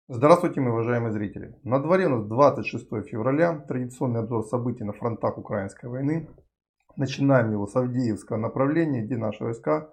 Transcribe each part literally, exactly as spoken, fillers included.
Здравствуйте, мои уважаемые зрители! На дворе у нас двадцать шестое февраля, традиционный обзор событий на фронтах украинской войны. Начинаем его с Авдеевского направления, где наши войска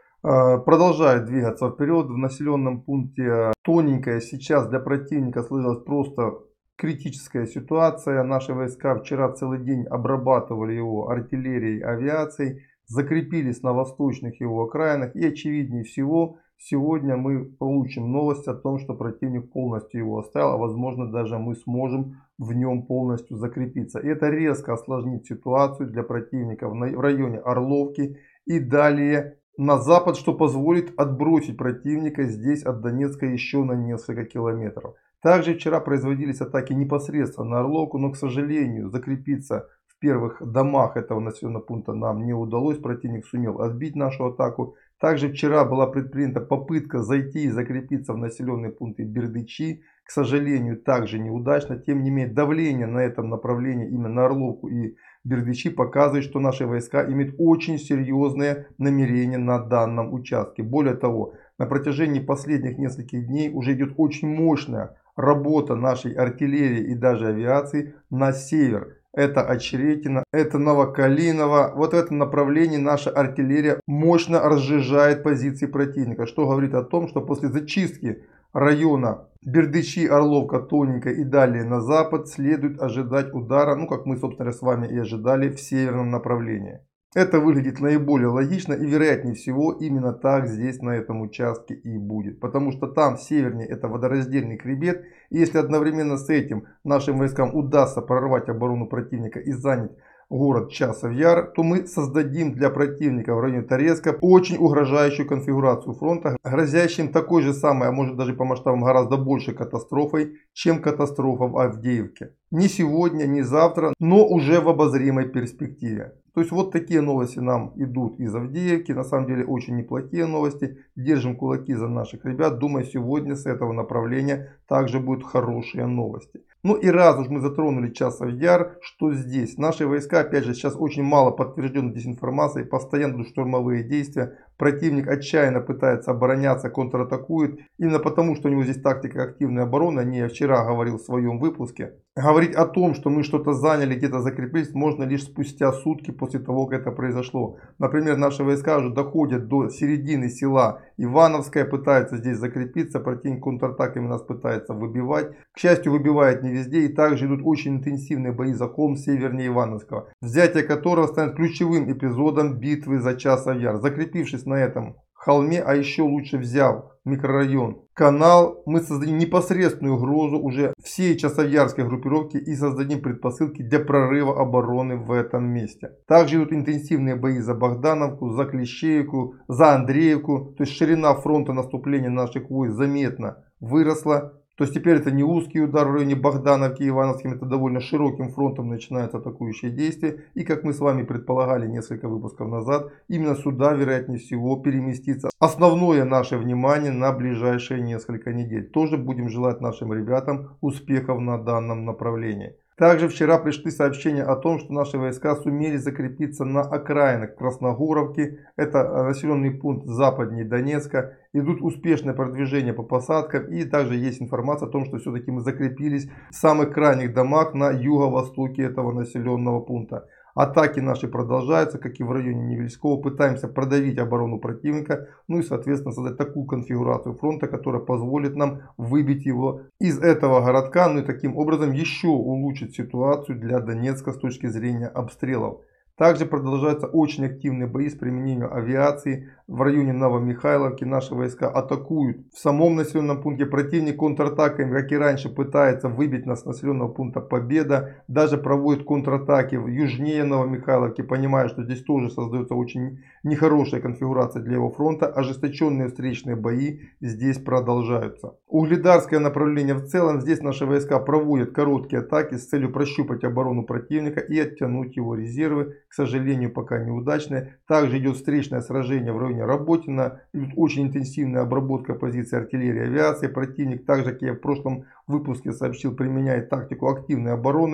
э, продолжают двигаться вперед. В населенном пункте тоненькая сейчас для противника сложилась просто критическая ситуация. Наши войска вчера целый день обрабатывали его артиллерией, авиацией, закрепились на восточных его окраинах, и очевиднее всего сегодня мы получим новость о том, что противник полностью его оставил, а возможно даже мы сможем в нем полностью закрепиться. И это резко осложнит ситуацию для противника в районе Орловки и далее на запад, что позволит отбросить противника здесь от Донецка еще на несколько километров. Также вчера производились атаки непосредственно на Орловку, но, к сожалению, закрепиться в первых домах этого населенного пункта нам не удалось. Противник сумел отбить нашу атаку. Также вчера была предпринята попытка зайти и закрепиться в населенные пункты Бердычи. К сожалению, также неудачно. Тем не менее, давление на этом направлении, именно на Орловку и Бердычи, показывает, что наши войска имеют очень серьезные намерения на данном участке. Более того, на протяжении последних нескольких дней уже идет очень мощная работа нашей артиллерии и даже авиации на север. Это Очеретино, это Новокалиново. Вот в этом направлении наша артиллерия мощно разжижает позиции противника. Что говорит о том, что после зачистки района Бердычи, Орловка, Тоненько и далее на запад следует ожидать удара, ну как мы собственно с вами и ожидали, в северном направлении. Это выглядит наиболее логично, и вероятнее всего именно так здесь на этом участке и будет. Потому что там севернее это водораздельный хребет. И если одновременно с этим нашим войскам удастся прорвать оборону противника и занять город Часов Яр, то мы создадим для противника в районе Торецка очень угрожающую конфигурацию фронта, грозящим такой же самой, а может даже по масштабам гораздо большей катастрофой, чем катастрофа в Авдеевке. Не сегодня, не завтра, но уже в обозримой перспективе. То есть вот такие новости нам идут из Авдеевки. На самом деле очень неплохие новости. Держим кулаки за наших ребят. Думаю, сегодня с этого направления также будут хорошие новости. Ну и раз уж мы затронули Часов Яр, что здесь? Наши войска, опять же, сейчас очень мало подтвержденной дезинформации, постоянно идут штурмовые действия. Противник отчаянно пытается обороняться, контратакует. Именно потому, что у него здесь тактика активной обороны. Не я вчера говорил в своем выпуске. Говорить о том, что мы что-то заняли, где-то закрепились, можно лишь спустя сутки после того, как это произошло. Например, наши войска уже доходят до середины села Ивановское, пытаются здесь закрепиться, противник контратаками нас пытается выбивать. К счастью, выбивает не везде, и также идут очень интенсивные бои за холм севернее Ивановского, взятие которого станет ключевым эпизодом битвы за Часов Яр. Закрепившись на этом холме, а еще лучше взяв микрорайон Канал, мы создадим непосредственную угрозу уже всей часовьярской группировки и создадим предпосылки для прорыва обороны в этом месте. Также идут интенсивные бои за Богдановку, за Клещеевку, за Андреевку. То есть ширина фронта наступления наших войск заметно выросла. То есть теперь это не узкий удар в районе Богдановки и Ивановским, это довольно широким фронтом начинаются атакующие действия. И как мы с вами предполагали несколько выпусков назад, именно сюда вероятнее всего переместится основное наше внимание на ближайшие несколько недель. Тоже будем желать нашим ребятам успехов на данном направлении. Также вчера пришли сообщения о том, что наши войска сумели закрепиться на окраинах Красногоровки. Это населенный пункт западнее Донецка. Идут успешные продвижения по посадкам. И также есть информация о том, что все-таки мы закрепились в самых крайних домах на юго-востоке этого населенного пункта. Атаки наши продолжаются, как и в районе Невельского. Пытаемся продавить оборону противника. Ну и, соответственно, создать такую конфигурацию фронта, которая позволит нам выбить его из этого городка. Ну и таким образом еще улучшить ситуацию для Донецка с точки зрения обстрелов. Также продолжаются очень активные бои с применением авиации. В районе Новомихайловки наши войска атакуют в самом населенном пункте. Противник контратаками, как и раньше, пытается выбить нас с населенного пункта Победа. Даже проводит контратаки в южнее Новомихайловки, понимая, что здесь тоже создается очень нехорошая конфигурация для его фронта. Ожесточенные встречные бои здесь продолжаются. Угледарское направление в целом. Здесь наши войска проводят короткие атаки с целью прощупать оборону противника и оттянуть его резервы. К сожалению, пока неудачное. Также идет встречное сражение в районе Работина. Идет очень интенсивная обработка позиций артиллерии и авиации. Противник, также, как я в прошлом выпуске сообщил, применяет тактику активной обороны.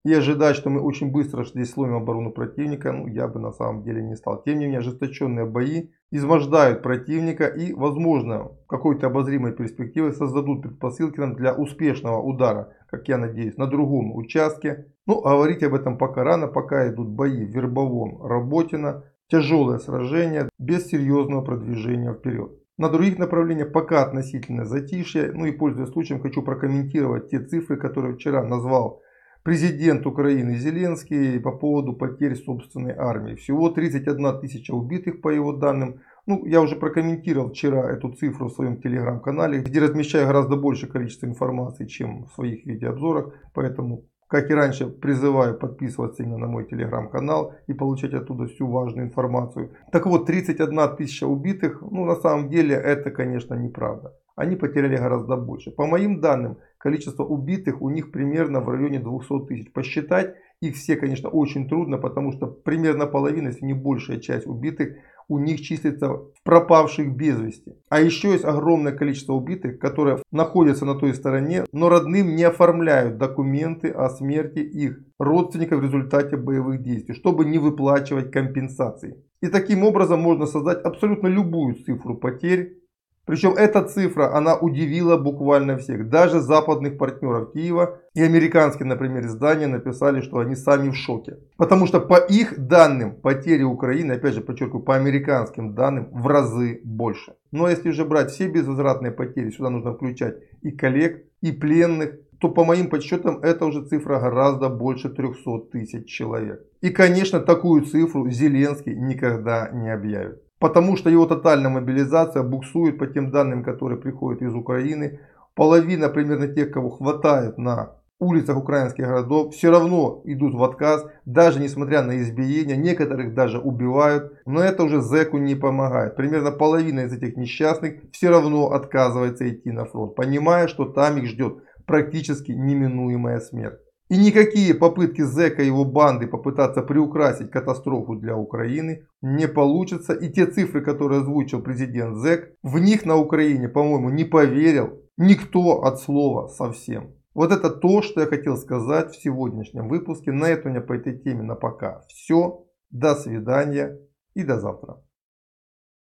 и ожидать, что мы очень быстро здесь сломим оборону противника, ну, я бы на самом деле не стал. Тем не менее, ожесточенные бои измождают противника и, возможно, в какой-то обозримой перспективе создадут предпосылки нам для успешного удара, как я надеюсь, на другом участке. Ну, говорить об этом пока рано, пока идут бои в Вербовом, Работино, тяжелое сражение без серьезного продвижения вперед. На других направлениях пока относительно затишье. Ну и, пользуясь случаем, хочу прокомментировать те цифры, которые вчера назвал президент Украины Зеленский по поводу потерь собственной армии. Всего тридцать одна тысяча убитых по его данным. Ну, я уже прокомментировал вчера эту цифру в своем телеграм-канале, где размещаю гораздо большее количество информации, чем в своих видеообзорах. Поэтому, как и раньше, призываю подписываться именно на мой телеграм-канал и получать оттуда всю важную информацию. Так вот, тридцать одна тысяча убитых, ну, на самом деле, это, конечно, неправда. Они потеряли гораздо больше. По моим данным, количество убитых у них примерно в районе двухсот тысяч. Посчитать их все, конечно, очень трудно, потому что примерно половина, если не большая часть убитых, у них числится в пропавших без вести. А еще есть огромное количество убитых, которые находятся на той стороне, но родным не оформляют документы о смерти их родственников в результате боевых действий, чтобы не выплачивать компенсации. И таким образом можно создать абсолютно любую цифру потерь. Причем эта цифра, она удивила буквально всех. Даже западных партнеров Киева и американские, например, издания написали, что они сами в шоке. Потому что по их данным потери Украины, опять же подчеркиваю, по американским данным в разы больше. Но если уже брать все безвозвратные потери, сюда нужно включать и коллег, и пленных, то по моим подсчетам это уже цифра гораздо больше трёхсот тысяч человек. И, конечно, такую цифру Зеленский никогда не объявит. Потому что его тотальная мобилизация буксует по тем данным, которые приходят из Украины. Половина примерно тех, кого хватает на улицах украинских городов, все равно идут в отказ, даже несмотря на избиения. Некоторых даже убивают, но это уже зэку не помогает. Примерно половина из этих несчастных все равно отказывается идти на фронт, понимая, что там их ждет практически неминуемая смерть. И никакие попытки зэка и его банды попытаться приукрасить катастрофу для Украины не получатся. И те цифры, которые озвучил президент зэк, в них на Украине, по-моему, не поверил никто от слова совсем. Вот это то, что я хотел сказать в сегодняшнем выпуске. На этом у меня по этой теме на пока все. До свидания и до завтра.